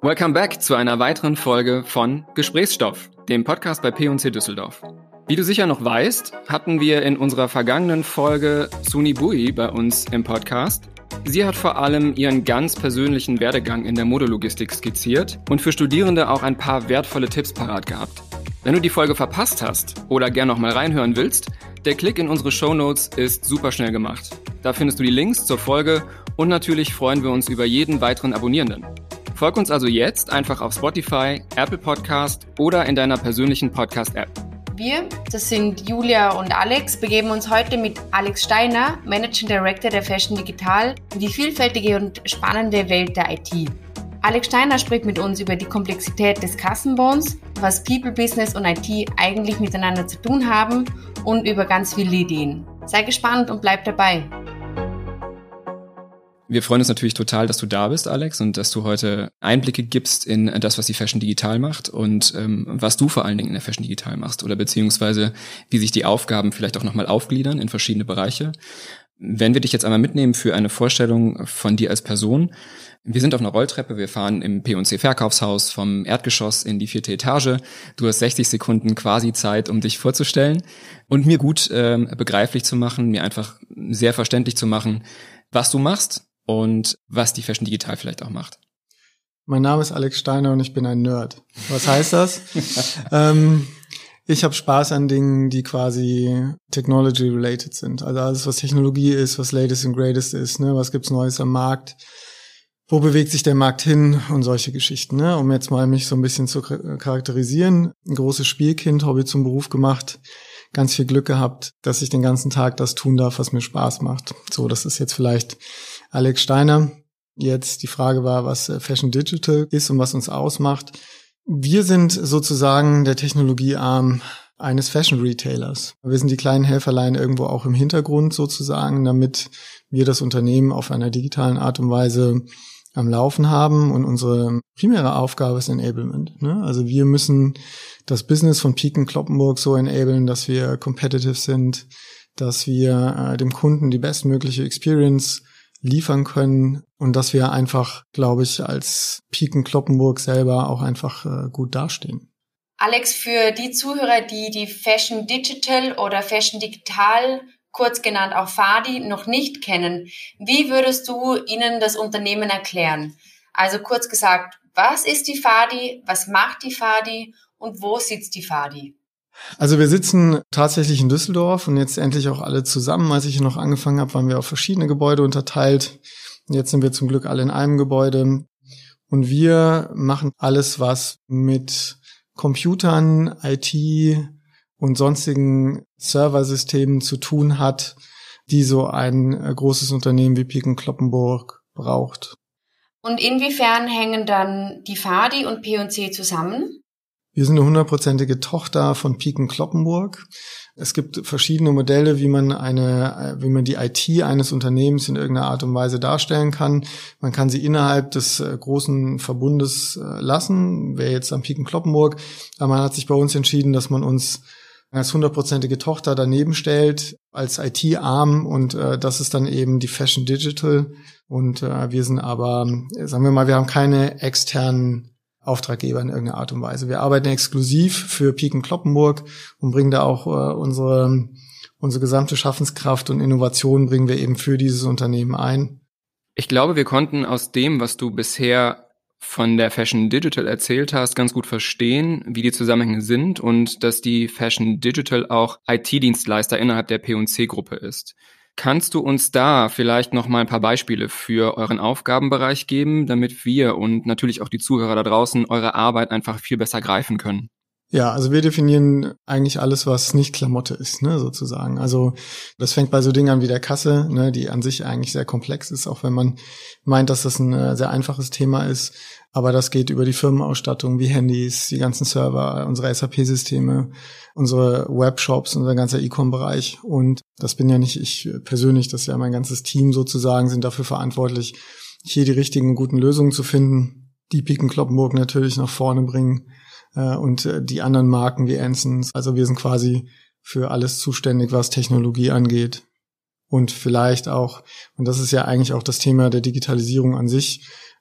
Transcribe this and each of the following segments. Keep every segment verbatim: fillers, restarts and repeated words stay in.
Welcome back zu einer weiteren Folge von Gesprächsstoff, dem Podcast bei P und C Düsseldorf. Wie du sicher noch weißt, hatten wir in unserer vergangenen Folge Suni Bui bei uns im Podcast. Sie hat vor allem ihren ganz persönlichen Werdegang in der Modelogistik skizziert und für Studierende auch ein paar wertvolle Tipps parat gehabt. Wenn du die Folge verpasst hast oder gern noch mal reinhören willst, der Klick in unsere Shownotes ist super schnell gemacht. Da findest du die Links zur Folge und natürlich freuen wir uns über jeden weiteren Abonnierenden. Folg uns also jetzt einfach auf Spotify, Apple Podcast oder in deiner persönlichen Podcast-App. Wir, das sind Julia und Alex, begeben uns heute mit Alex Steiner, Managing Director der Fashion Digital, in die vielfältige und spannende Welt der I T. Alex Steiner spricht mit uns über die Komplexität des Kassenbons, was People, Business und I T eigentlich miteinander zu tun haben und über ganz viele Ideen. Sei gespannt und bleib dabei. Wir freuen uns natürlich total, dass du da bist, Alex, und dass du heute Einblicke gibst in das, was die Fashion Digital macht und ähm, was du vor allen Dingen in der Fashion Digital machst oder beziehungsweise wie sich die Aufgaben vielleicht auch nochmal aufgliedern in verschiedene Bereiche. Wenn wir dich jetzt einmal mitnehmen für eine Vorstellung von dir als Person. Wir sind auf einer Rolltreppe, wir fahren im P und C Verkaufshaus vom Erdgeschoss in die vierte Etage. Du hast sechzig Sekunden quasi Zeit, um dich vorzustellen und mir gut ähm, begreiflich zu machen, mir einfach sehr verständlich zu machen, was du machst und was die Fashion Digital vielleicht auch macht. Mein Name ist Alex Steiner und ich bin ein Nerd. Was heißt das? ähm, ich habe Spaß an Dingen, die quasi technology-related sind. Also alles, was Technologie ist, was latest and greatest ist, ne? Was gibt's Neues am Markt? Wo bewegt sich der Markt hin? Und solche Geschichten, ne? Um jetzt mal mich so ein bisschen zu charakterisieren. Ein großes Spielkind, Hobby zum Beruf gemacht. Ganz viel Glück gehabt, dass ich den ganzen Tag das tun darf, was mir Spaß macht. So, das ist jetzt vielleicht Alex Steiner. Jetzt die Frage war, was Fashion Digital ist und was uns ausmacht. Wir sind sozusagen der Technologiearm eines Fashion Retailers. Wir sind die kleinen Helferlein irgendwo auch im Hintergrund sozusagen, damit wir das Unternehmen auf einer digitalen Art und Weise am Laufen haben. Und unsere primäre Aufgabe ist Enablement, ne? Also wir müssen das Business von Piken Kloppenburg so enablen, dass wir competitive sind, dass wir äh, dem Kunden die bestmögliche Experience liefern können und dass wir einfach, glaube ich, als Piken Kloppenburg selber auch einfach äh, gut dastehen. Alex, für die Zuhörer, die die Fashion Digital oder Fashion Digital, kurz genannt auch Fadi, noch nicht kennen, wie würdest du ihnen das Unternehmen erklären? Also kurz gesagt, was ist die Fadi, was macht die Fadi und wo sitzt die Fadi? Also wir sitzen tatsächlich in Düsseldorf und jetzt endlich auch alle zusammen. Als ich hier noch angefangen habe, waren wir auf verschiedene Gebäude unterteilt. Jetzt sind wir zum Glück alle in einem Gebäude. Und wir machen alles, was mit Computern, I T und sonstigen Serversystemen zu tun hat, die so ein großes Unternehmen wie Piken Kloppenburg braucht. Und inwiefern hängen dann die Fadi und P und C zusammen? Wir sind eine hundertprozentige Tochter von Piken Kloppenburg. Es gibt verschiedene Modelle, wie man eine, wie man die I T eines Unternehmens in irgendeiner Art und Weise darstellen kann. Man kann sie innerhalb des äh, großen Verbundes äh, lassen, wäre jetzt am Piken Kloppenburg. Aber man hat sich bei uns entschieden, dass man uns als hundertprozentige Tochter daneben stellt, als I T-Arm, und äh, das ist dann eben die Fashion Digital. Und äh, wir sind aber, sagen wir mal, wir haben keine externen Auftraggeber in irgendeiner Art und Weise. Wir arbeiten exklusiv für Piken Kloppenburg und bringen da auch äh, unsere unsere gesamte Schaffenskraft und Innovation bringen wir eben für dieses Unternehmen ein. Ich glaube, wir konnten aus dem, was du bisher von der Fashion Digital erzählt hast, ganz gut verstehen, wie die Zusammenhänge sind und dass die Fashion Digital auch I T-Dienstleister innerhalb der P und C-Gruppe ist. Kannst du uns da vielleicht noch mal ein paar Beispiele für euren Aufgabenbereich geben, damit wir und natürlich auch die Zuhörer da draußen eure Arbeit einfach viel besser greifen können? Ja, also wir definieren eigentlich alles, was nicht Klamotte ist, ne, sozusagen. Also das fängt bei so Dingen an wie der Kasse, ne, die an sich eigentlich sehr komplex ist, auch wenn man meint, dass das ein äh, sehr einfaches Thema ist. Aber das geht über die Firmenausstattung wie Handys, die ganzen Server, unsere S A P-Systeme, unsere Webshops, unser ganzer E-Com-Bereich. Und das bin ja nicht ich persönlich, das ist ja mein ganzes Team sozusagen, sind dafür verantwortlich, hier die richtigen, guten Lösungen zu finden, die Piken Kloppenburg natürlich nach vorne bringen. Und die anderen Marken wie Ansons. Also wir sind quasi für alles zuständig, was Technologie angeht. Und vielleicht auch, und das ist ja eigentlich auch das Thema der Digitalisierung an sich,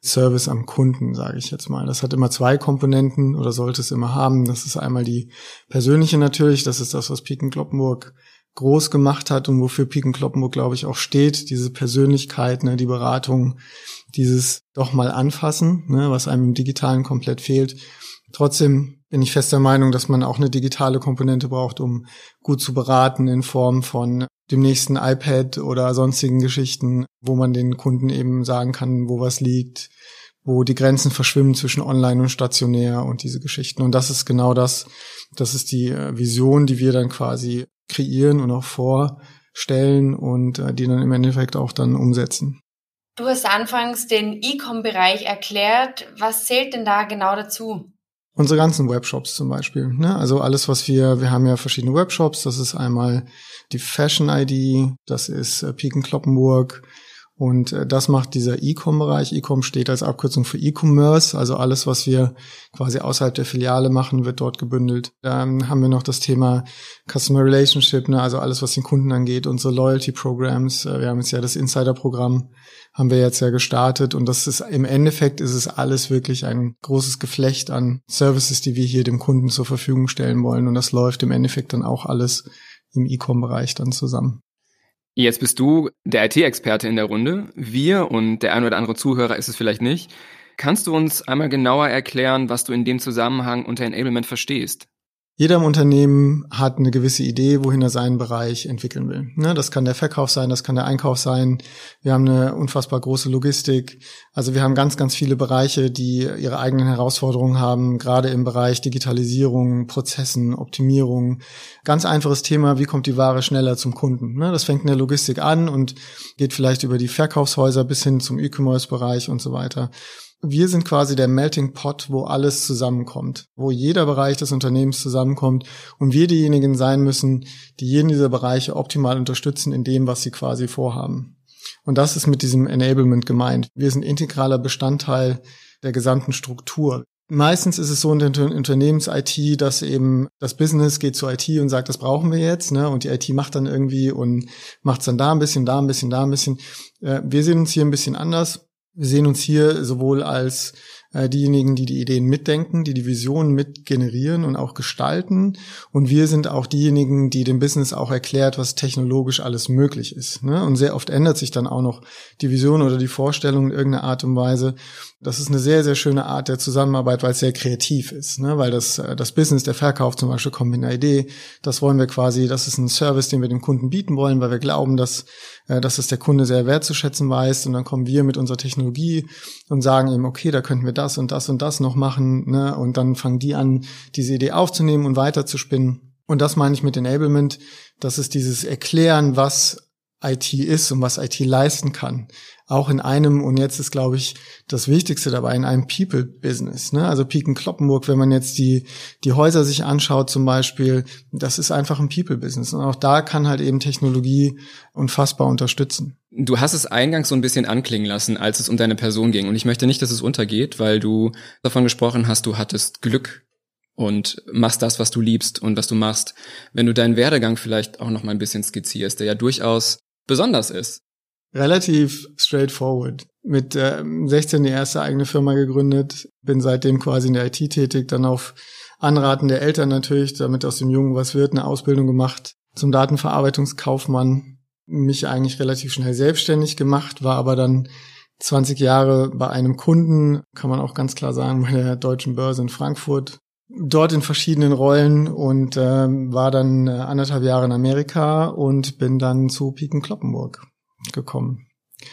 Service am Kunden, sage ich jetzt mal. Das hat immer zwei Komponenten oder sollte es immer haben. Das ist einmal die persönliche natürlich, das ist das, was Peek and Cloppenburg groß gemacht hat und wofür Peek and Cloppenburg, glaube ich, auch steht. Diese Persönlichkeit, ne, die Beratung, dieses doch mal anfassen, ne, was einem im Digitalen komplett fehlt. Trotzdem bin ich fest der Meinung, dass man auch eine digitale Komponente braucht, um gut zu beraten in Form von dem nächsten iPad oder sonstigen Geschichten, wo man den Kunden eben sagen kann, wo was liegt, wo die Grenzen verschwimmen zwischen online und stationär und diese Geschichten. Und das ist genau das, das ist die Vision, die wir dann quasi kreieren und auch vorstellen und die dann im Endeffekt auch dann umsetzen. Du hast anfangs den E-Com-Bereich erklärt. Was zählt denn da genau dazu? Unsere ganzen Webshops zum Beispiel, ne? Also alles, was wir, wir haben ja verschiedene Webshops, das ist einmal die Fashion I D, das ist äh, Peek and Cloppenburg und äh, das macht dieser E-Com-Bereich. E-Com steht als Abkürzung für E-Commerce, also alles, was wir quasi außerhalb der Filiale machen, wird dort gebündelt. Dann haben wir noch das Thema Customer Relationship, ne? Also alles, was den Kunden angeht, unsere Loyalty-Programs, äh, wir haben jetzt ja das Insider-Programm, haben wir jetzt ja gestartet und das ist im Endeffekt ist es alles wirklich ein großes Geflecht an Services, die wir hier dem Kunden zur Verfügung stellen wollen und das läuft im Endeffekt dann auch alles im E-Com-Bereich dann zusammen. Jetzt bist du der I T-Experte in der Runde. Wir und der ein oder andere Zuhörer ist es vielleicht nicht. Kannst du uns einmal genauer erklären, was du in dem Zusammenhang unter Enablement verstehst? Jeder im Unternehmen hat eine gewisse Idee, wohin er seinen Bereich entwickeln will. Ne, das kann der Verkauf sein, das kann der Einkauf sein. Wir haben eine unfassbar große Logistik. Also wir haben ganz, ganz viele Bereiche, die ihre eigenen Herausforderungen haben, gerade im Bereich Digitalisierung, Prozessen, Optimierung. Ganz einfaches Thema, wie kommt die Ware schneller zum Kunden? Ne, das fängt in der Logistik an und geht vielleicht über die Verkaufshäuser bis hin zum E-Commerce-Bereich und so weiter. Wir sind quasi der Melting Pot, wo alles zusammenkommt, wo jeder Bereich des Unternehmens zusammenkommt und wir diejenigen sein müssen, die jeden dieser Bereiche optimal unterstützen in dem, was sie quasi vorhaben. Und das ist mit diesem Enablement gemeint. Wir sind integraler Bestandteil der gesamten Struktur. Meistens ist es so in der Unternehmens-I T, dass eben das Business geht zur I T und sagt, das brauchen wir jetzt, ne? Und die I T macht dann irgendwie und macht es dann da ein bisschen, da ein bisschen, da ein bisschen. Wir sehen uns hier ein bisschen anders. Wir sehen uns hier sowohl als äh, diejenigen, die die Ideen mitdenken, die die Visionen mit generieren und auch gestalten. Und wir sind auch diejenigen, die dem Business auch erklärt, was technologisch alles möglich ist. Ne? Und sehr oft ändert sich dann auch noch die Vision oder die Vorstellung in irgendeiner Art und Weise. Das ist eine sehr, sehr schöne Art der Zusammenarbeit, weil es sehr kreativ ist. Ne? Weil das das Business, der Verkauf zum Beispiel, kommt mit einer Idee. Das wollen wir quasi, das ist ein Service, den wir dem Kunden bieten wollen, weil wir glauben, dass, äh, dass es der Kunde sehr wertzuschätzen weiß. Und dann kommen wir mit unserer Technologie und sagen ihm, okay, da könnten wir das und das und das noch machen. Ne? Und dann fangen die an, diese Idee aufzunehmen und weiterzuspinnen. Und das meine ich mit Enablement. Das ist dieses Erklären, was I T ist und was I T leisten kann. Auch in einem, und jetzt ist, glaube ich, das Wichtigste dabei, in einem People-Business. Ne? Also Peek and Cloppenburg, wenn man jetzt die die Häuser sich anschaut zum Beispiel, das ist einfach ein People-Business. Und auch da kann halt eben Technologie unfassbar unterstützen. Du hast es eingangs so ein bisschen anklingen lassen, als es um deine Person ging. Und ich möchte nicht, dass es untergeht, weil du davon gesprochen hast, du hattest Glück und machst das, was du liebst und was du machst. Wenn du deinen Werdegang vielleicht auch noch mal ein bisschen skizzierst, der ja durchaus besonders ist. Relativ straightforward. Mit äh, sechzehn die erste eigene Firma gegründet, bin seitdem quasi in der I T tätig, dann auf Anraten der Eltern natürlich, damit aus dem Jungen was wird, eine Ausbildung gemacht zum Datenverarbeitungskaufmann, mich eigentlich relativ schnell selbstständig gemacht, war aber dann zwanzig Jahre bei einem Kunden, kann man auch ganz klar sagen, bei der Deutschen Börse in Frankfurt, dort in verschiedenen Rollen und äh, war dann äh, anderthalb Jahre in Amerika und bin dann zu Peek and Cloppenburg gekommen.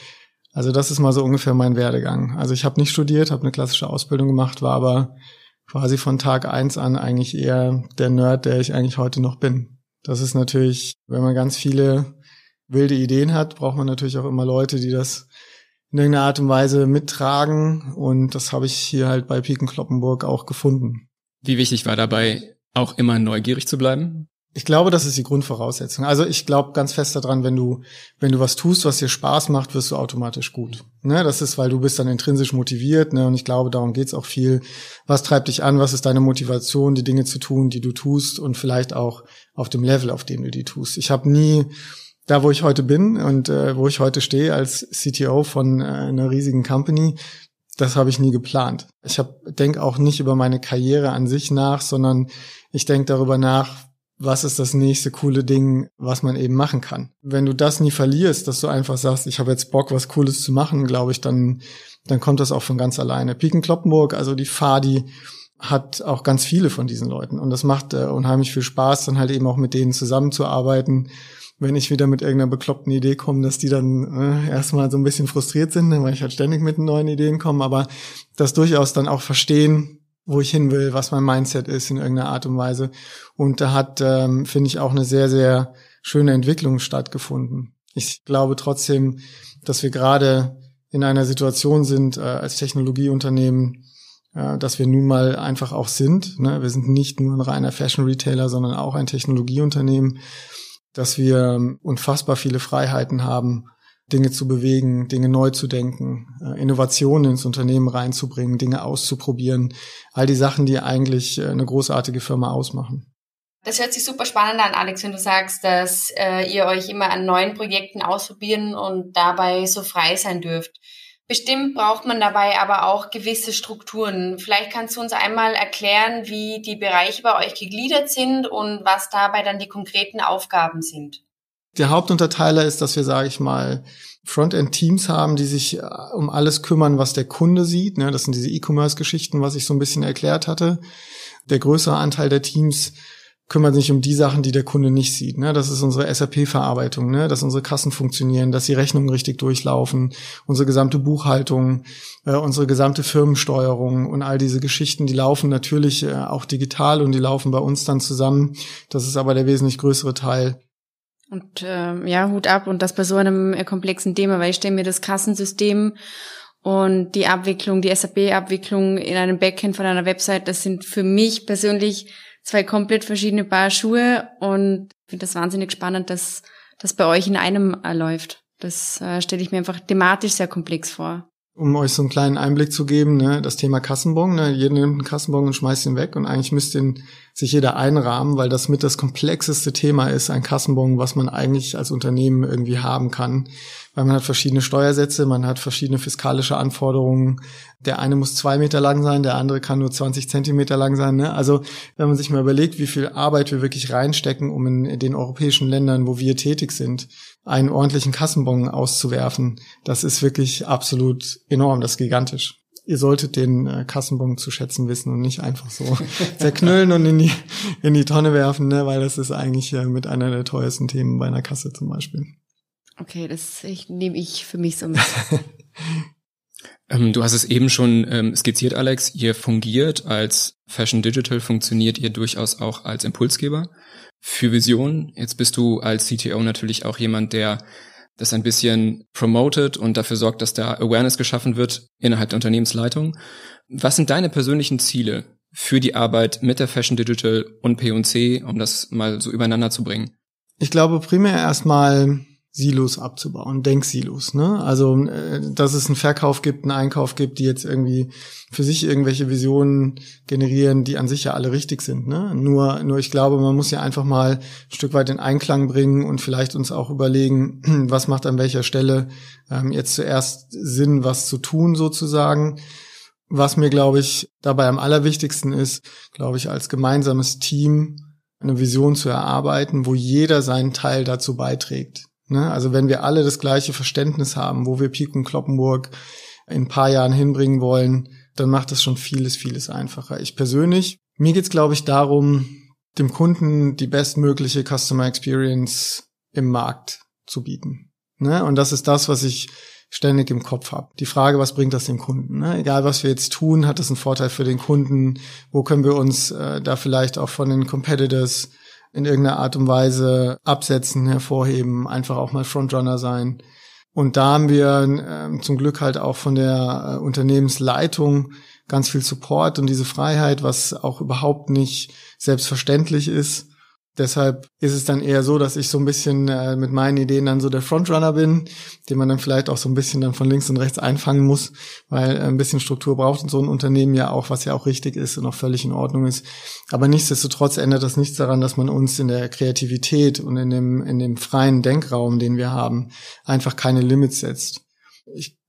Also das ist mal so ungefähr mein Werdegang. Also ich habe nicht studiert, habe eine klassische Ausbildung gemacht, war aber quasi von Tag eins an eigentlich eher der Nerd, der ich eigentlich heute noch bin. Das ist natürlich, wenn man ganz viele wilde Ideen hat, braucht man natürlich auch immer Leute, die das in irgendeiner Art und Weise mittragen und das habe ich hier halt bei Peek and Cloppenburg auch gefunden. Wie wichtig war dabei, auch immer neugierig zu bleiben? Ich glaube, das ist die Grundvoraussetzung. Also ich glaube ganz fest daran, wenn du wenn du was tust, was dir Spaß macht, wirst du automatisch gut. Ne, das ist, weil du bist dann intrinsisch motiviert. Ne, und ich glaube, darum geht's auch viel. Was treibt dich an? Was ist deine Motivation, die Dinge zu tun, die du tust und vielleicht auch auf dem Level, auf dem du die tust. Ich habe nie da, wo ich heute bin und äh, wo ich heute stehe als C T O von äh, einer riesigen Company, das habe ich nie geplant. Ich denke auch nicht über meine Karriere an sich nach, sondern ich denke darüber nach, was ist das nächste coole Ding, was man eben machen kann. Wenn du das nie verlierst, dass du einfach sagst, ich habe jetzt Bock, was Cooles zu machen, glaube ich, dann dann kommt das auch von ganz alleine. Piken Kloppenburg, also die Fadi, hat auch ganz viele von diesen Leuten. Und das macht äh, unheimlich viel Spaß, dann halt eben auch mit denen zusammenzuarbeiten. Wenn ich wieder mit irgendeiner bekloppten Idee komme, dass die dann äh, erstmal so ein bisschen frustriert sind, weil ich halt ständig mit neuen Ideen komme, aber das durchaus dann auch verstehen, wo ich hin will, was mein Mindset ist in irgendeiner Art und Weise. Und da hat, ähm, finde ich, auch eine sehr, sehr schöne Entwicklung stattgefunden. Ich glaube trotzdem, dass wir gerade in einer Situation sind, äh, als Technologieunternehmen, äh, dass wir nun mal einfach auch sind. Ne? Wir sind nicht nur ein reiner Fashion-Retailer, sondern auch ein Technologieunternehmen, dass wir unfassbar viele Freiheiten haben, Dinge zu bewegen, Dinge neu zu denken, Innovationen ins Unternehmen reinzubringen, Dinge auszuprobieren. All die Sachen, die eigentlich eine großartige Firma ausmachen. Das hört sich super spannend an, Alex, wenn du sagst, dass äh, ihr euch immer an neuen Projekten ausprobieren und dabei so frei sein dürft. Bestimmt braucht man dabei aber auch gewisse Strukturen. Vielleicht kannst du uns einmal erklären, wie die Bereiche bei euch gegliedert sind und was dabei dann die konkreten Aufgaben sind. Der Hauptunterteiler ist, dass wir, sage ich mal, Frontend-Teams haben, die sich um alles kümmern, was der Kunde sieht. Das sind diese E-Commerce-Geschichten, was ich so ein bisschen erklärt hatte. Der größere Anteil der Teams kümmern sich um die Sachen, die der Kunde nicht sieht. Das ist unsere S A P-Verarbeitung, dass unsere Kassen funktionieren, dass die Rechnungen richtig durchlaufen, unsere gesamte Buchhaltung, unsere gesamte Firmensteuerung und all diese Geschichten, die laufen natürlich auch digital und die laufen bei uns dann zusammen. Das ist aber der wesentlich größere Teil. Und äh, ja, Hut ab und das bei so einem äh, komplexen Thema, weil ich stelle mir das Kassensystem und die Abwicklung, die S A P-Abwicklung in einem Backend von einer Website, das sind für mich persönlich zwei komplett verschiedene Paar Schuhe und ich finde das wahnsinnig spannend, dass das bei euch in einem äh, läuft. Das äh, stelle ich mir einfach thematisch sehr komplex vor. Um euch so einen kleinen Einblick zu geben, ne, das Thema Kassenbon, ne, jeder nimmt einen Kassenbon und schmeißt ihn weg und eigentlich müsste ihn sich jeder einrahmen, weil das mit das komplexeste Thema ist, ein Kassenbon, was man eigentlich als Unternehmen irgendwie haben kann. Weil man hat verschiedene Steuersätze, man hat verschiedene fiskalische Anforderungen. Der eine muss zwei Meter lang sein, der andere kann nur zwanzig Zentimeter lang sein. Ne? Also wenn man sich mal überlegt, wie viel Arbeit wir wirklich reinstecken, um in den europäischen Ländern, wo wir tätig sind, einen ordentlichen Kassenbon auszuwerfen, das ist wirklich absolut enorm, das ist gigantisch. Ihr solltet den äh, Kassenbon zu schätzen wissen und nicht einfach so zerknüllen und in die in die Tonne werfen, ne? Weil das ist eigentlich äh, mit einer der teuersten Themen bei einer Kasse zum Beispiel. Okay, das ich, nehme ich für mich so mit. ähm, du hast es eben schon ähm, skizziert, Alex. Ihr fungiert als Fashion Digital, funktioniert ihr durchaus auch als Impulsgeber für Visionen. Jetzt bist du als C T O natürlich auch jemand, der das ein bisschen promotet und dafür sorgt, dass da Awareness geschaffen wird innerhalb der Unternehmensleitung. Was sind deine persönlichen Ziele für die Arbeit mit der Fashion Digital und P und C, um das mal so übereinander zu bringen? Ich glaube primär erstmal Silos abzubauen, Denksilos, ne? Also, dass es einen Verkauf gibt, einen Einkauf gibt, die jetzt irgendwie für sich irgendwelche Visionen generieren, die an sich ja alle richtig sind, ne? Nur, nur ich glaube, man muss ja einfach mal ein Stück weit in Einklang bringen und vielleicht uns auch überlegen, was macht an welcher Stelle ähm, jetzt zuerst Sinn, was zu tun sozusagen. Was mir, glaube ich, dabei am allerwichtigsten ist, glaube ich, als gemeinsames Team eine Vision zu erarbeiten, wo jeder seinen Teil dazu beiträgt. Also wenn wir alle das gleiche Verständnis haben, wo wir Piken Kloppenburg in ein paar Jahren hinbringen wollen, dann macht das schon vieles, vieles einfacher. Ich persönlich, mir geht's, glaube ich, darum, dem Kunden die bestmögliche Customer Experience im Markt zu bieten. Und das ist das, was ich ständig im Kopf habe. Die Frage, was bringt das dem Kunden? Egal, was wir jetzt tun, hat das einen Vorteil für den Kunden? Wo können wir uns da vielleicht auch von den Competitors in irgendeiner Art und Weise absetzen, hervorheben, einfach auch mal Frontrunner sein. Und da haben wir äh, zum Glück halt auch von der äh, Unternehmensleitung ganz viel Support und diese Freiheit, was auch überhaupt nicht selbstverständlich ist. Deshalb ist es dann eher so, dass ich so ein bisschen äh, mit meinen Ideen dann so der Frontrunner bin, den man dann vielleicht auch so ein bisschen dann von links und rechts einfangen muss, weil äh, ein bisschen Struktur braucht so ein Unternehmen ja auch, was ja auch richtig ist und auch völlig in Ordnung ist. Aber nichtsdestotrotz ändert das nichts daran, dass man uns in der Kreativität und in dem in dem freien Denkraum, den wir haben, einfach keine Limits setzt. Ich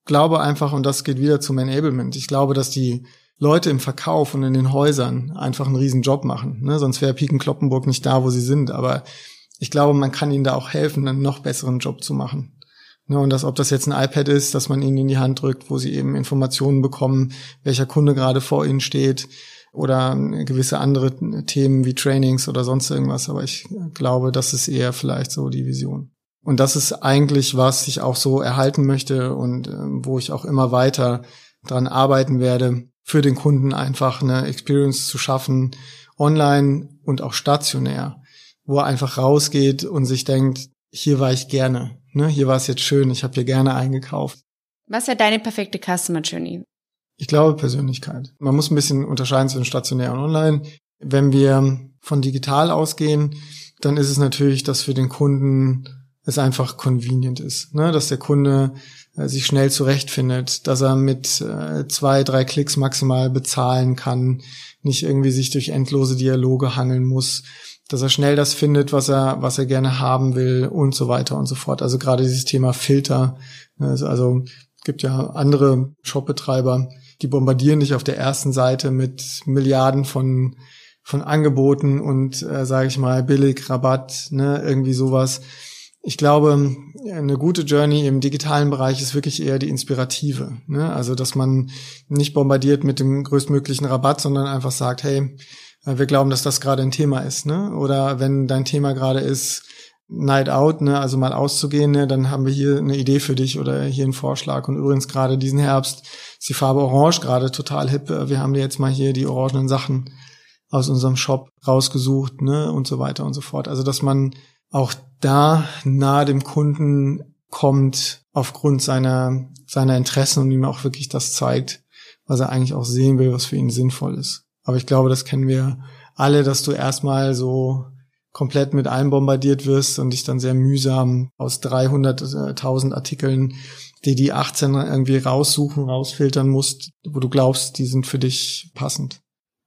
glaube einfach, und das geht wieder zum Enablement, ich glaube, dass die Leute im Verkauf und in den Häusern einfach einen riesen Job machen. Ne? Sonst wäre Piken Kloppenburg nicht da, wo sie sind. Aber ich glaube, man kann ihnen da auch helfen, einen noch besseren Job zu machen. Ne? Und das, ob das jetzt ein iPad ist, dass man ihnen in die Hand drückt, wo sie eben Informationen bekommen, welcher Kunde gerade vor ihnen steht, oder gewisse andere Themen wie Trainings oder sonst irgendwas. Aber ich glaube, das ist eher vielleicht so die Vision. Und das ist eigentlich, was ich auch so erhalten möchte und äh, wo ich auch immer weiter dran arbeiten werde, für den Kunden einfach eine Experience zu schaffen, online und auch stationär, wo er einfach rausgeht und sich denkt, hier war ich gerne, ne? Hier war es jetzt schön, ich habe hier gerne eingekauft. Was wäre deine perfekte Customer Journey? Ich glaube Persönlichkeit. Man muss ein bisschen unterscheiden zwischen stationär und online. Wenn wir von digital ausgehen, dann ist es natürlich, dass für den Kunden es einfach convenient ist, ne? Dass der Kunde äh, sich schnell zurechtfindet, dass er mit äh, zwei, drei Klicks maximal bezahlen kann, nicht irgendwie sich durch endlose Dialoge hangeln muss, dass er schnell das findet, was er was er gerne haben will und so weiter und so fort. Also gerade dieses Thema Filter, also, also gibt ja andere Shopbetreiber, die bombardieren dich auf der ersten Seite mit Milliarden von von Angeboten und äh, sage ich mal billig, Rabatt, ne, irgendwie sowas. Ich glaube, eine gute Journey im digitalen Bereich ist wirklich eher die inspirative, ne? Also, dass man nicht bombardiert mit dem größtmöglichen Rabatt, sondern einfach sagt, hey, wir glauben, dass das gerade ein Thema ist, ne? Oder wenn dein Thema gerade ist, Night Out, ne, also mal auszugehen, ne, dann haben wir hier eine Idee für dich oder hier einen Vorschlag. Und übrigens gerade diesen Herbst ist die Farbe Orange gerade total hip. Wir haben dir jetzt mal hier die orangenen Sachen aus unserem Shop rausgesucht, ne, und so weiter und so fort. Also, dass man auch da nahe dem Kunden kommt aufgrund seiner seiner Interessen und ihm auch wirklich das zeigt, was er eigentlich auch sehen will, was für ihn sinnvoll ist. Aber ich glaube, das kennen wir alle, dass du erstmal so komplett mit allem bombardiert wirst und dich dann sehr mühsam aus dreihunderttausend Artikeln, die die achtzehn irgendwie raussuchen, rausfiltern musst, wo du glaubst, die sind für dich passend.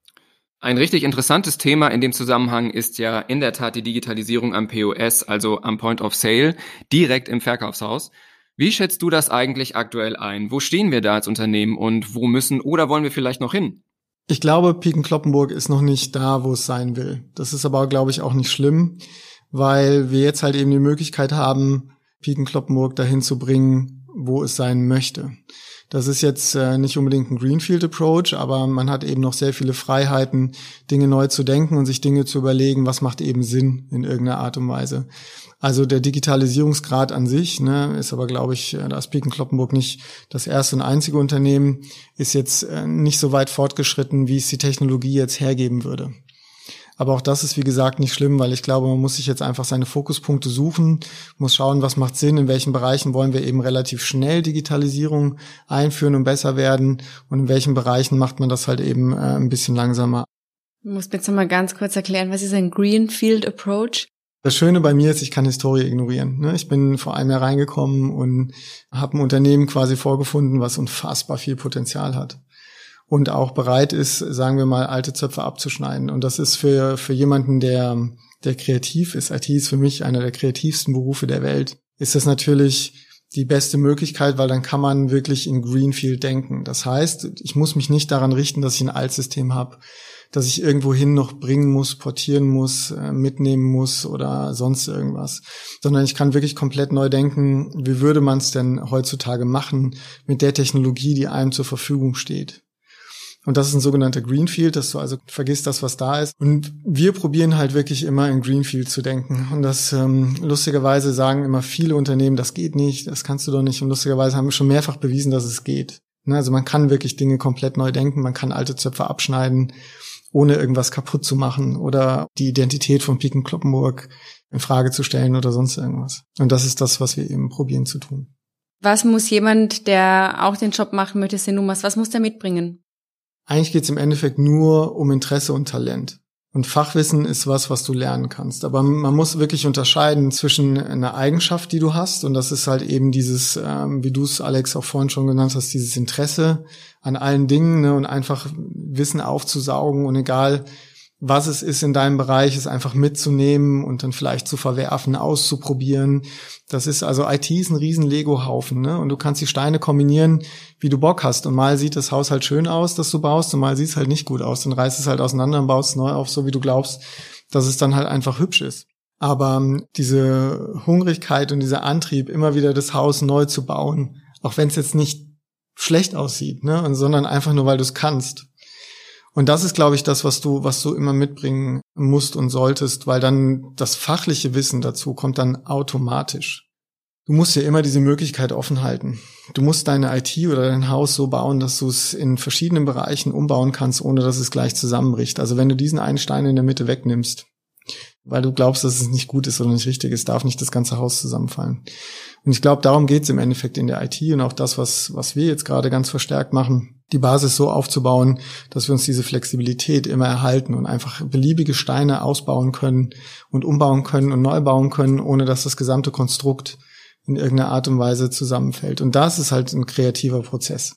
Ein richtig interessantes Thema in dem Zusammenhang ist ja in der Tat die Digitalisierung am P O S, also am Point of Sale, direkt im Verkaufshaus. Wie schätzt du das eigentlich aktuell ein? Wo stehen wir da als Unternehmen und wo müssen oder wollen wir vielleicht noch hin? Ich glaube, Piken Kloppenburg ist noch nicht da, wo es sein will. Das ist aber, glaube ich, auch nicht schlimm, weil wir jetzt halt eben die Möglichkeit haben, Piken Kloppenburg dahin zu bringen, wo es sein möchte. Das ist jetzt äh, nicht unbedingt ein Greenfield-Approach, aber man hat eben noch sehr viele Freiheiten, Dinge neu zu denken und sich Dinge zu überlegen, was macht eben Sinn in irgendeiner Art und Weise. Also der Digitalisierungsgrad an sich, ne, ist aber, glaube ich, da ist Piken Kloppenburg nicht das erste und einzige Unternehmen, ist jetzt äh, nicht so weit fortgeschritten, wie es die Technologie jetzt hergeben würde. Aber auch das ist, wie gesagt, nicht schlimm, weil ich glaube, man muss sich jetzt einfach seine Fokuspunkte suchen, muss schauen, was macht Sinn, in welchen Bereichen wollen wir eben relativ schnell Digitalisierung einführen und besser werden und in welchen Bereichen macht man das halt eben äh, ein bisschen langsamer. Du musst mir jetzt noch mal ganz kurz erklären, was ist ein Greenfield Approach? Das Schöne bei mir ist, ich kann Historie ignorieren. Ne? Ich bin vor einem Jahr reingekommen und habe ein Unternehmen quasi vorgefunden, was unfassbar viel Potenzial hat. Und auch bereit ist, sagen wir mal, alte Zöpfe abzuschneiden. Und das ist für für jemanden, der der kreativ ist, I T ist für mich einer der kreativsten Berufe der Welt, ist das natürlich die beste Möglichkeit, weil dann kann man wirklich in Greenfield denken. Das heißt, ich muss mich nicht daran richten, dass ich ein Altsystem habe, dass ich irgendwo hin noch bringen muss, portieren muss, mitnehmen muss oder sonst irgendwas. Sondern ich kann wirklich komplett neu denken, wie würde man es denn heutzutage machen mit der Technologie, die einem zur Verfügung steht. Und das ist ein sogenannter Greenfield, dass du also vergisst das, was da ist. Und wir probieren halt wirklich immer in Greenfield zu denken. Und das ähm, lustigerweise sagen immer viele Unternehmen, das geht nicht, das kannst du doch nicht. Und lustigerweise haben wir schon mehrfach bewiesen, dass es geht. Ne? Also man kann wirklich Dinge komplett neu denken, man kann alte Zöpfe abschneiden, ohne irgendwas kaputt zu machen oder die Identität von Piken Kloppenburg in Frage zu stellen oder sonst irgendwas. Und das ist das, was wir eben probieren zu tun. Was muss jemand, der auch den Job machen möchte, Senumas, was muss der mitbringen? Eigentlich geht es im Endeffekt nur um Interesse und Talent. Und Fachwissen ist was, was du lernen kannst. Aber man muss wirklich unterscheiden zwischen einer Eigenschaft, die du hast, und das ist halt eben dieses, ähm, wie du es, Alex, auch vorhin schon genannt hast, dieses Interesse an allen Dingen, ne, und einfach Wissen aufzusaugen und egal, was es ist in deinem Bereich, es einfach mitzunehmen und dann vielleicht zu verwerfen, auszuprobieren. Das ist also, I T ist ein riesen Lego-Haufen, ne? Und du kannst die Steine kombinieren, wie du Bock hast. Und mal sieht das Haus halt schön aus, das du baust, und mal sieht es halt nicht gut aus. Dann reißt es halt auseinander und baust es neu auf, so wie du glaubst, dass es dann halt einfach hübsch ist. Aber ähm, diese Hungrigkeit und dieser Antrieb, immer wieder das Haus neu zu bauen, auch wenn es jetzt nicht schlecht aussieht, ne? Und, sondern einfach nur, weil du es kannst. Und das ist, glaube ich, das, was du, was du immer mitbringen musst und solltest, weil dann das fachliche Wissen dazu kommt dann automatisch. Du musst ja immer diese Möglichkeit offen halten. Du musst deine I T oder dein Haus so bauen, dass du es in verschiedenen Bereichen umbauen kannst, ohne dass es gleich zusammenbricht. Also wenn du diesen einen Stein in der Mitte wegnimmst, weil du glaubst, dass es nicht gut ist oder nicht richtig ist, darf nicht das ganze Haus zusammenfallen. Und ich glaube, darum geht es im Endeffekt in der I T und auch das, was was wir jetzt gerade ganz verstärkt machen, die Basis so aufzubauen, dass wir uns diese Flexibilität immer erhalten und einfach beliebige Steine ausbauen können und umbauen können und neu bauen können, ohne dass das gesamte Konstrukt in irgendeiner Art und Weise zusammenfällt. Und das ist halt ein kreativer Prozess.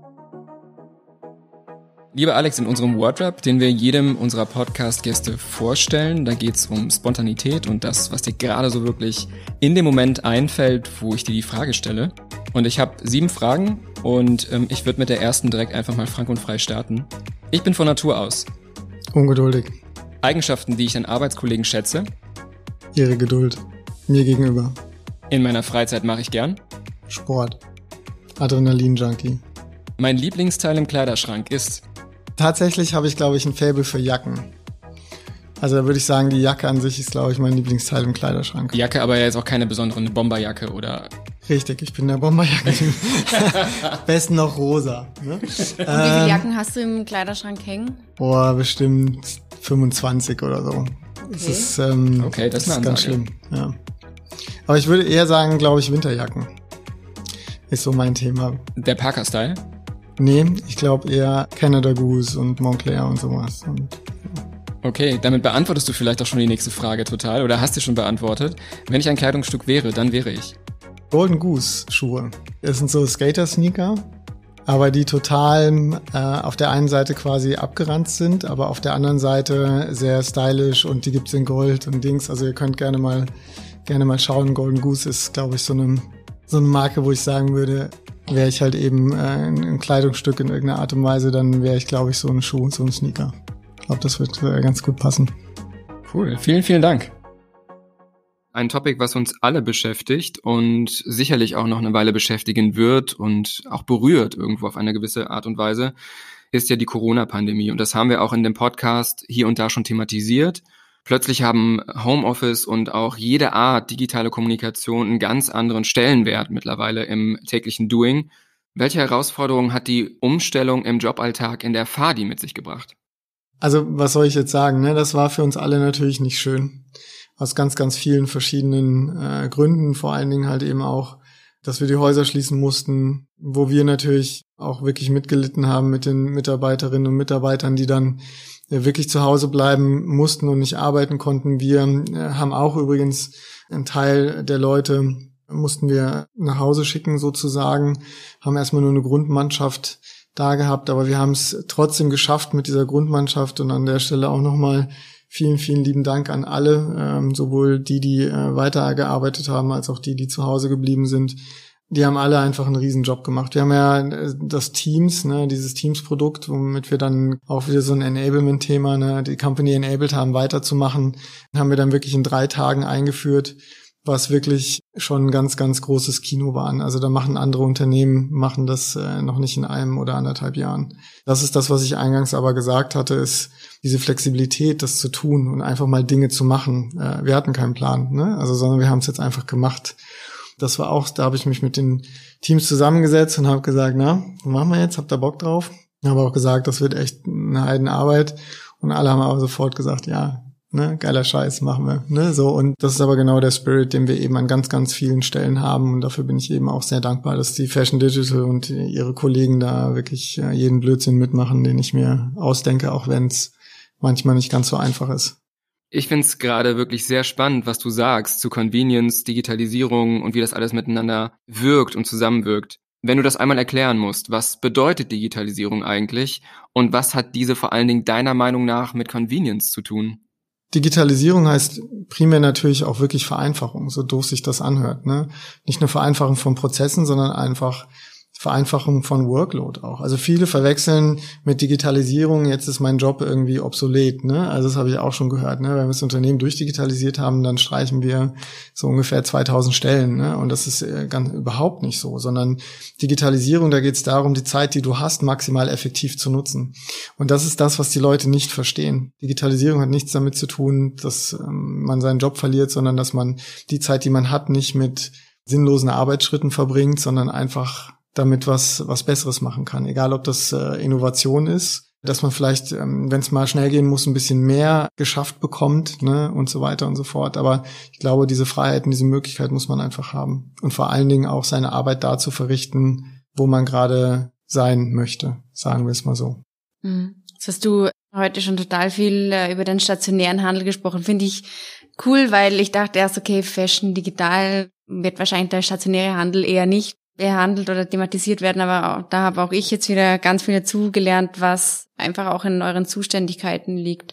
Lieber Alex, in unserem Wordrap, den wir jedem unserer Podcast-Gäste vorstellen, da geht's um Spontanität und das, was dir gerade so wirklich in dem Moment einfällt, wo ich dir die Frage stelle. Und ich habe sieben Fragen und ähm, ich würde mit der ersten direkt einfach mal frank und frei starten. Ich bin von Natur aus ungeduldig. Eigenschaften, die ich an Arbeitskollegen schätze. Ihre Geduld. Mir gegenüber. In meiner Freizeit mache ich gern Sport. Adrenalin-Junkie. Mein Lieblingsteil im Kleiderschrank ist... Tatsächlich habe ich, glaube ich, ein Faible für Jacken. Also da würde ich sagen, die Jacke an sich ist, glaube ich, mein Lieblingsteil im Kleiderschrank. Jacke, aber ja jetzt auch keine besondere, eine Bomberjacke oder... Richtig, ich bin der Bomberjacke. Besten noch rosa. Ne? Und wie viele Jacken hast du im Kleiderschrank hängen? Boah, bestimmt fünfundzwanzig oder so. Okay, das ist, ähm, okay, das, das ist ganz schlimm. Ja. Aber ich würde eher sagen, glaube ich, Winterjacken. Ist so mein Thema. Der Parker-Style? Nee, ich glaube eher Canada Goose und Montclair und sowas. Und, ja. Okay, damit beantwortest du vielleicht auch schon die nächste Frage total oder hast du schon beantwortet. Wenn ich ein Kleidungsstück wäre, dann wäre ich... Golden Goose Schuhe. Das sind so Skater-Sneaker, aber die total äh, auf der einen Seite quasi abgeranzt sind, aber auf der anderen Seite sehr stylisch und die gibt's in Gold und Dings. Also ihr könnt gerne mal gerne mal schauen. Golden Goose ist, glaube ich, so eine so eine Marke, wo ich sagen würde, wäre ich halt eben äh, ein Kleidungsstück in irgendeiner Art und Weise, dann wäre ich, glaube ich, so ein Schuh, so ein Sneaker. Ich glaube, das wird äh, ganz gut passen. Cool, vielen, vielen Dank. Ein Topic, was uns alle beschäftigt und sicherlich auch noch eine Weile beschäftigen wird und auch berührt irgendwo auf eine gewisse Art und Weise, ist ja die Corona-Pandemie. Und das haben wir auch in dem Podcast hier und da schon thematisiert. Plötzlich haben Homeoffice und auch jede Art digitale Kommunikation einen ganz anderen Stellenwert mittlerweile im täglichen Doing. Welche Herausforderungen hat die Umstellung im Joballtag in der Fadi mit sich gebracht? Also was soll ich jetzt sagen, ne? Das war für uns alle natürlich nicht schön. Aus ganz, ganz vielen verschiedenen äh, Gründen, vor allen Dingen halt eben auch, dass wir die Häuser schließen mussten, wo wir natürlich auch wirklich mitgelitten haben mit den Mitarbeiterinnen und Mitarbeitern, die dann äh, wirklich zu Hause bleiben mussten und nicht arbeiten konnten. Wir äh, haben auch übrigens einen Teil der Leute, mussten wir nach Hause schicken sozusagen, haben erstmal nur eine Grundmannschaft da gehabt, aber wir haben es trotzdem geschafft mit dieser Grundmannschaft und an der Stelle auch nochmal vielen, vielen lieben Dank an alle, ähm, sowohl die, die äh, weitergearbeitet haben, als auch die, die zu Hause geblieben sind. Die haben alle einfach einen riesen Job gemacht. Wir haben ja äh, das Teams, ne, dieses Teams-Produkt, womit wir dann auch wieder so ein Enablement-Thema, ne, die Company enabled haben, weiterzumachen, haben wir dann wirklich in drei Tagen eingeführt, was wirklich schon ein ganz, ganz großes Kino war. Also da machen andere Unternehmen, machen das äh, noch nicht in einem oder anderthalb Jahren. Das ist das, was ich eingangs aber gesagt hatte, ist diese Flexibilität, das zu tun und einfach mal Dinge zu machen. Äh, wir hatten keinen Plan, ne? Also, sondern wir haben es jetzt einfach gemacht. Das war auch, da habe ich mich mit den Teams zusammengesetzt und habe gesagt, na, was machen wir jetzt? Habt ihr Bock drauf? Ich habe auch gesagt, das wird echt eine Heidenarbeit. Und alle haben aber sofort gesagt, ja, ne, geiler Scheiß, machen wir, ne, so. Und das ist aber genau der Spirit, den wir eben an ganz, ganz vielen Stellen haben. Und dafür bin ich eben auch sehr dankbar, dass die Fashion Digital und ihre Kollegen da wirklich jeden Blödsinn mitmachen, den ich mir ausdenke, auch wenn es manchmal nicht ganz so einfach ist. Ich finde es gerade wirklich sehr spannend, was du sagst zu Convenience, Digitalisierung und wie das alles miteinander wirkt und zusammenwirkt. Wenn du das einmal erklären musst, was bedeutet Digitalisierung eigentlich und was hat diese vor allen Dingen deiner Meinung nach mit Convenience zu tun? Digitalisierung heißt primär natürlich auch wirklich Vereinfachung, so doof sich das anhört, ne? Nicht nur Vereinfachung von Prozessen, sondern einfach Vereinfachung von Workload auch. Also viele verwechseln mit Digitalisierung, jetzt ist mein Job irgendwie obsolet, ne? Also das habe ich auch schon gehört, ne? Wenn wir das Unternehmen durchdigitalisiert haben, dann streichen wir so ungefähr zweitausend Stellen, ne? Und das ist ganz überhaupt nicht so, sondern Digitalisierung, da geht es darum, die Zeit, die du hast, maximal effektiv zu nutzen. Und das ist das, was die Leute nicht verstehen. Digitalisierung hat nichts damit zu tun, dass ähm, man seinen Job verliert, sondern dass man die Zeit, die man hat, nicht mit sinnlosen Arbeitsschritten verbringt, sondern einfach damit was was Besseres machen kann. Egal, ob das äh, Innovation ist, dass man vielleicht, ähm, wenn es mal schnell gehen muss, ein bisschen mehr geschafft bekommt, ne, und so weiter und so fort. Aber ich glaube, diese Freiheiten, diese Möglichkeit muss man einfach haben. Und vor allen Dingen auch seine Arbeit da zu verrichten, wo man gerade sein möchte, sagen wir es mal so. Jetzt hast du heute schon total viel äh, über den stationären Handel gesprochen. Finde ich cool, weil ich dachte erst, okay, Fashion digital wird wahrscheinlich der stationäre Handel eher nicht behandelt oder thematisiert werden, aber auch, da habe auch ich jetzt wieder ganz viel dazugelernt, was einfach auch in euren Zuständigkeiten liegt.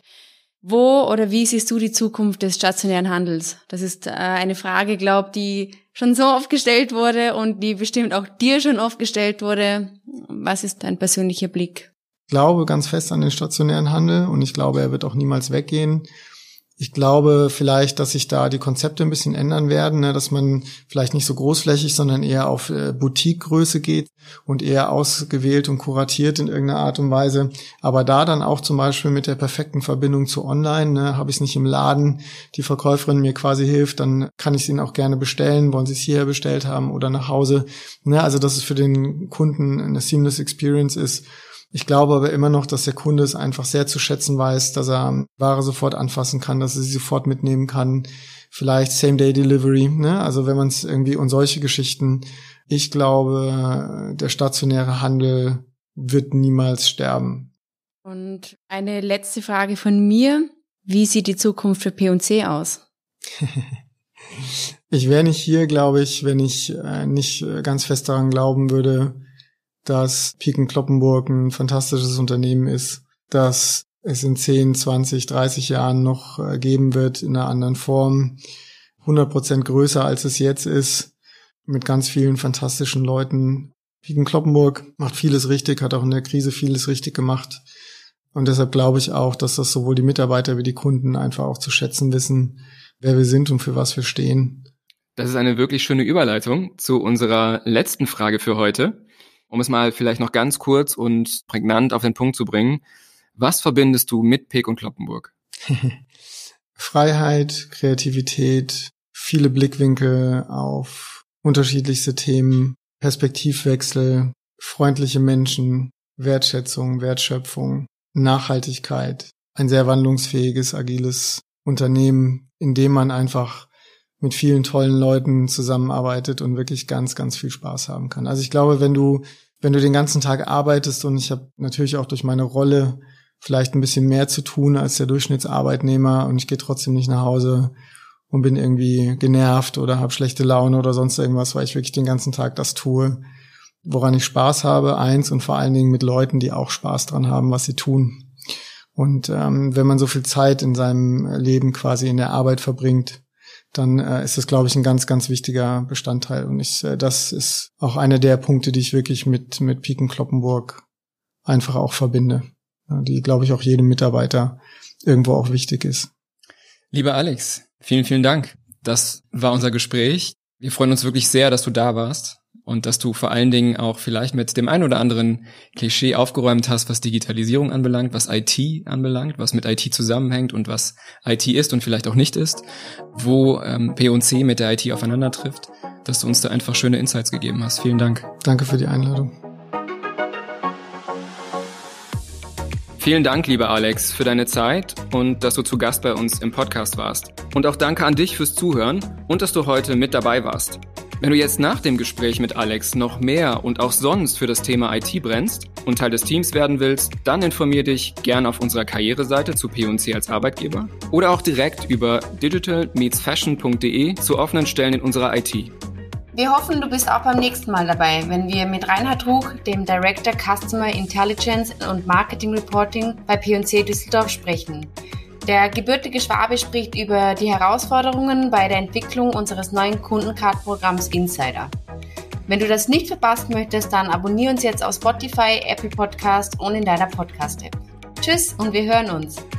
Wo oder wie siehst du die Zukunft des stationären Handels? Das ist äh, eine Frage, glaube ich, die schon so oft gestellt wurde und die bestimmt auch dir schon oft gestellt wurde. Was ist dein persönlicher Blick? Ich glaube ganz fest an den stationären Handel und ich glaube, er wird auch niemals weggehen. Ich glaube vielleicht, dass sich da die Konzepte ein bisschen ändern werden, ne, dass man vielleicht nicht so großflächig, sondern eher auf äh, Boutique-Größe geht und eher ausgewählt und kuratiert in irgendeiner Art und Weise. Aber da dann auch zum Beispiel mit der perfekten Verbindung zu Online, ne, habe ich es nicht im Laden, die Verkäuferin mir quasi hilft, dann kann ich es ihnen auch gerne bestellen, wollen sie es hierher bestellt haben oder nach Hause. Ne, also dass es für den Kunden eine seamless Experience ist. Ich glaube aber immer noch, dass der Kunde es einfach sehr zu schätzen weiß, dass er Ware sofort anfassen kann, dass er sie sofort mitnehmen kann. Vielleicht Same-Day-Delivery, ne? Also wenn man es irgendwie und solche Geschichten. Ich glaube, der stationäre Handel wird niemals sterben. Und eine letzte Frage von mir. Wie sieht die Zukunft für P und C aus? Ich wäre nicht hier, glaube ich, wenn ich äh, nicht ganz fest daran glauben würde, dass Piken Kloppenburg ein fantastisches Unternehmen ist, dass es in zehn, zwanzig, dreißig Jahren noch äh, geben wird in einer anderen Form, hundert Prozent größer als es jetzt ist, mit ganz vielen fantastischen Leuten. Piken Kloppenburg macht vieles richtig, hat auch in der Krise vieles richtig gemacht und deshalb glaube ich auch, dass das sowohl die Mitarbeiter wie die Kunden einfach auch zu schätzen wissen, wer wir sind und für was wir stehen. Das ist eine wirklich schöne Überleitung zu unserer letzten Frage für heute. Um es mal vielleicht noch ganz kurz und prägnant auf den Punkt zu bringen. Was verbindest du mit Peek und Kloppenburg? Freiheit, Kreativität, viele Blickwinkel auf unterschiedlichste Themen, Perspektivwechsel, freundliche Menschen, Wertschätzung, Wertschöpfung, Nachhaltigkeit, ein sehr wandlungsfähiges, agiles Unternehmen, in dem man einfach mit vielen tollen Leuten zusammenarbeitet und wirklich ganz, ganz viel Spaß haben kann. Also ich glaube, wenn du, wenn du den ganzen Tag arbeitest und ich habe natürlich auch durch meine Rolle vielleicht ein bisschen mehr zu tun als der Durchschnittsarbeitnehmer und ich gehe trotzdem nicht nach Hause und bin irgendwie genervt oder habe schlechte Laune oder sonst irgendwas, weil ich wirklich den ganzen Tag das tue, woran ich Spaß habe, eins und vor allen Dingen mit Leuten, die auch Spaß dran haben, was sie tun. Und ähm, wenn man so viel Zeit in seinem Leben quasi in der Arbeit verbringt, dann äh, ist das, glaube ich, ein ganz, ganz wichtiger Bestandteil. Und ich, äh, das ist auch einer der Punkte, die ich wirklich mit mit Piken Kloppenburg einfach auch verbinde, ja, die, glaube ich, auch jedem Mitarbeiter irgendwo auch wichtig ist. Lieber Alex, vielen, vielen Dank. Das war unser Gespräch. Wir freuen uns wirklich sehr, dass du da warst und dass du vor allen Dingen auch vielleicht mit dem ein oder anderen Klischee aufgeräumt hast, was Digitalisierung anbelangt, was I T anbelangt, was mit I T zusammenhängt und was I T ist und vielleicht auch nicht ist, wo ähm, P und C mit der I T aufeinander trifft, dass du uns da einfach schöne Insights gegeben hast. Vielen Dank. Danke für die Einladung. Vielen Dank, lieber Alex, für deine Zeit und dass du zu Gast bei uns im Podcast warst. Und auch danke an dich fürs Zuhören und dass du heute mit dabei warst. Wenn du jetzt nach dem Gespräch mit Alex noch mehr und auch sonst für das Thema I T brennst und Teil des Teams werden willst, dann informier dich gern auf unserer Karriereseite zu P und C als Arbeitgeber oder auch direkt über digital meets fashion punkt de zu offenen Stellen in unserer I T. Wir hoffen, du bist auch beim nächsten Mal dabei, wenn wir mit Reinhard Ruch, dem Director Customer Intelligence und Marketing Reporting bei P und C Düsseldorf, sprechen. Der gebürtige Schwabe spricht über die Herausforderungen bei der Entwicklung unseres neuen Kundencard-Programms Insider. Wenn du das nicht verpassen möchtest, dann abonniere uns jetzt auf Spotify, Apple Podcast und in deiner Podcast-App. Tschüss und wir hören uns.